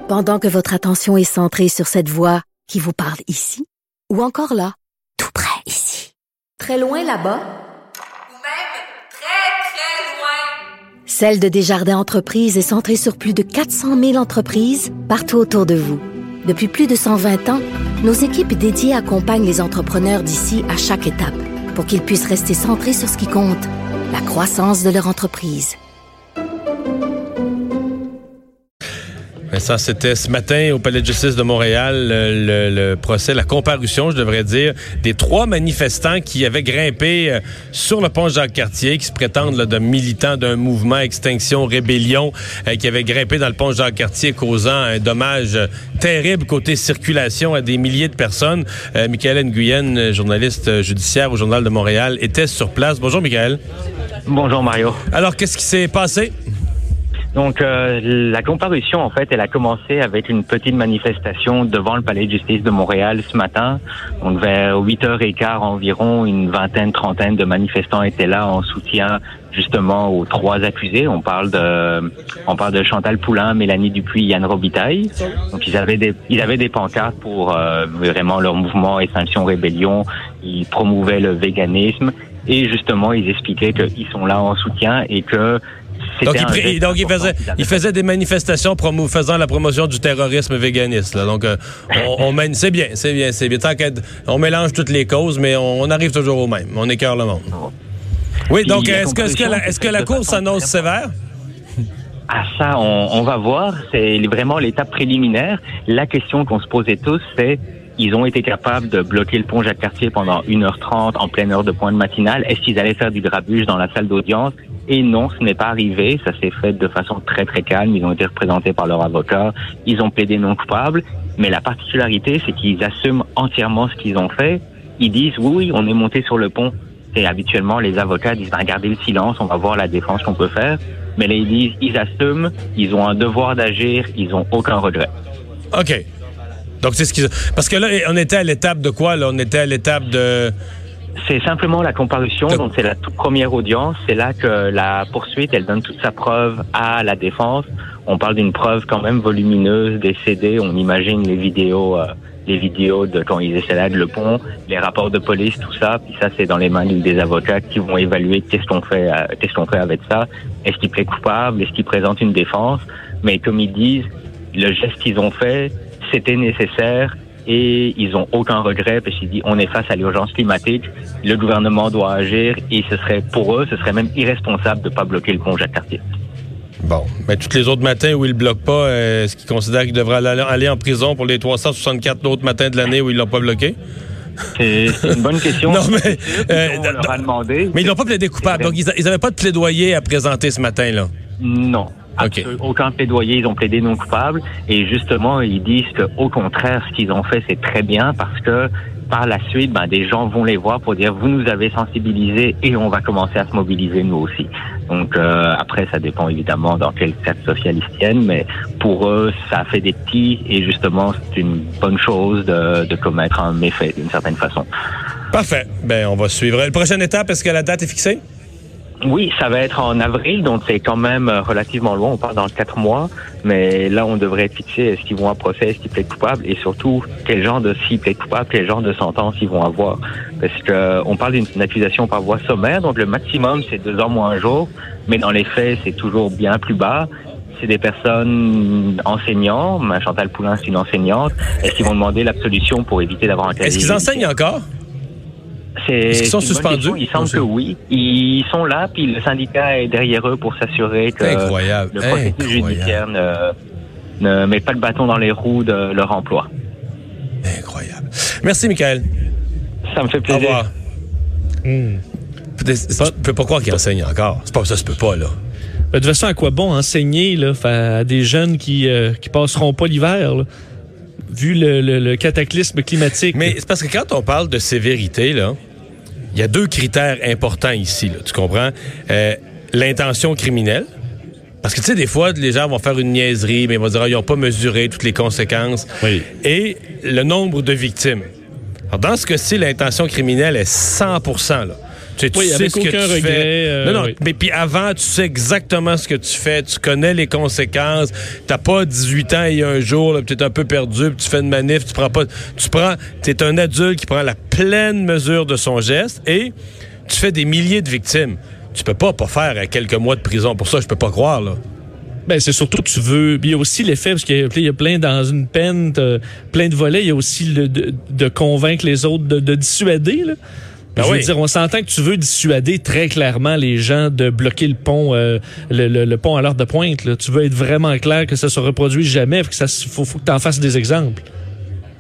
Pendant que votre attention est centrée sur cette voix qui vous parle ici, ou encore là, tout près ici, très loin là-bas, ou même très, très loin. Celle de Desjardins Entreprises est centrée sur plus de 400 000 entreprises partout autour de vous. Depuis plus de 120 ans, nos équipes dédiées accompagnent les entrepreneurs d'ici à chaque étape pour qu'ils puissent rester centrés sur ce qui compte, la croissance de leur entreprise. Ça, c'était ce matin au Palais de justice de Montréal, le procès, la comparution, je devrais dire, des 3 manifestants qui avaient grimpé sur le pont Jacques-Cartier, qui se prétendent là, de militants d'un mouvement Extinction Rébellion, qui avaient grimpé dans le pont Jacques-Cartier, causant un dommage terrible côté circulation à des milliers de personnes. Michaël Nguyen, journaliste judiciaire au Journal de Montréal, était sur place. Bonjour, Michaël. Bonjour, Mario. Alors, qu'est-ce qui s'est passé? Donc, la comparution, en fait, elle a commencé avec une petite manifestation devant le Palais de justice de Montréal ce matin. Donc, vers 8h15 environ, une vingtaine, trentaine de manifestants étaient là en soutien justement aux 3 accusés. On parle de Chantal Poulain, Mélanie Dupuis, Yann Robitaille. Donc, ils avaient des pancartes pour vraiment leur mouvement Extinction Rébellion. Ils promouvaient le véganisme et justement, ils expliquaient qu'ils sont là en soutien et que Donc, il faisait des manifestations faisant la promotion du terrorisme véganiste. Là. Donc, c'est bien. Tant on mélange toutes les causes, mais on arrive toujours au même. On écœure le monde. Oui, donc, est-ce que la Cour s'annonce sévère? Ah, ça, on va voir. C'est vraiment l'étape préliminaire. La question qu'on se posait tous, c'est ils ont été capables de bloquer le pont Jacques-Cartier pendant 1h30 en pleine heure de pointe matinale. Est-ce qu'ils allaient faire du grabuge dans la salle d'audience? Et non, ce n'est pas arrivé. Ça s'est fait de façon très, très calme. Ils ont été représentés par leur avocat. Ils ont plaidé non coupables. Mais la particularité, c'est qu'ils assument entièrement ce qu'ils ont fait. Ils disent, oui, on est monté sur le pont. Et habituellement, les avocats disent, gardez le silence, on va voir la défense qu'on peut faire. Mais là, ils disent, ils assument, ils ont un devoir d'agir, ils ont aucun regret. OK. Donc, c'est ce qu'ils... Parce que là, on était à l'étape de quoi, là? On était à l'étape de... C'est simplement la comparution, donc c'est la toute première audience. C'est là que la poursuite, elle donne toute sa preuve à la défense. On parle d'une preuve quand même volumineuse, des CD. On imagine les vidéos de quand ils escaladent le pont, les rapports de police, tout ça. Puis ça, c'est dans les mains des avocats qui vont évaluer qu'est-ce qu'on fait avec ça. Est-ce qu'ils plaident coupable? Est-ce qu'ils présentent une défense? Mais comme ils disent, le geste qu'ils ont fait, c'était nécessaire. Et ils ont aucun regret parce qu'ils disent on est face à l'urgence climatique, le gouvernement doit agir et ce serait même irresponsable de pas bloquer le pont Jacques-Cartier. Bon, mais tous les autres matins où ils le bloquent pas, est-ce qu'ils considèrent qu'ils devraient aller en prison pour les 364 autres matins de l'année où ils l'ont pas bloqué? C'est une bonne question. Non, mais on leur a demandé. Mais ils n'ont pas plaidé coupable, donc ils n'avaient pas de plaidoyer à présenter ce matin-là. Non. Okay. Aucun plaidoyer, ils ont plaidé non coupable et justement ils disent que au contraire ce qu'ils ont fait c'est très bien parce que par la suite des gens vont les voir pour dire vous nous avez sensibilisés et on va commencer à se mobiliser nous aussi. Donc après ça dépend évidemment dans quel cadre social ils tiennent, mais pour eux ça a fait des petits et justement c'est une bonne chose de commettre un méfait d'une certaine façon. Parfait. Ben on va suivre. La prochaine étape, est-ce que la date est fixée? Oui, ça va être en avril, donc c'est quand même relativement loin. On part dans 4 mois, mais là, on devrait être fixé. Est-ce qu'ils vont à procès, est-ce qu'ils plaident coupables, et surtout, s'ils plaident coupables, quel genre de sentence ils vont avoir. Parce que on parle d'une accusation par voie sommaire, donc le maximum, c'est 2 ans moins 1 jour, mais dans les faits, c'est toujours bien plus bas. C'est des personnes enseignants. Chantal Poulain, c'est une enseignante. Est-ce qu'ils vont demander l'absolution pour éviter d'avoir un casier? Est-ce qu'ils enseignent encore? Est-ce qu'ils sont suspendus? Il semble que oui. Ils sont là, puis le syndicat est derrière eux pour s'assurer que le processus judiciaire ne met pas le bâton dans les roues de leur emploi. Incroyable. Merci, Michaël. Ça me fait plaisir. Au revoir. Tu peux pas croire qu'ils enseignent encore. C'est pas ça, se peut pas, là. De toute façon, à quoi bon enseigner là, à des jeunes qui passeront pas l'hiver, là, vu le cataclysme climatique? Mais c'est parce que quand on parle de sévérité, là, il y a 2 critères importants ici, là, tu comprends? L'intention criminelle. Parce que, tu sais, des fois, les gens vont faire une niaiserie, mais ils vont dire, ils n'ont pas mesuré toutes les conséquences. Oui. Et le nombre de victimes. Alors, dans ce cas-ci, l'intention criminelle est 100%, là. Tu sais avec ce que aucun tu regret. fais. Non, oui. mais puis avant, tu sais exactement ce que tu fais. Tu connais les conséquences. T'as pas 18 ans il y a un jour, là, puis t'es un peu perdu, puis tu fais une manif, t'es un adulte qui prend la pleine mesure de son geste et tu fais des milliers de victimes. Tu peux pas faire quelques mois de prison pour ça, je peux pas croire, là. Ben, c'est surtout que tu veux. Il y a aussi l'effet, parce qu'il y a plein dans une peine, plein de volets. Il y a aussi de convaincre les autres, de dissuader, là. Je veux dire, on s'entend que tu veux dissuader très clairement les gens de bloquer le pont, le pont à l'heure de pointe, là. Tu veux être vraiment clair que ça se reproduise jamais, faut que t'en fasses des exemples.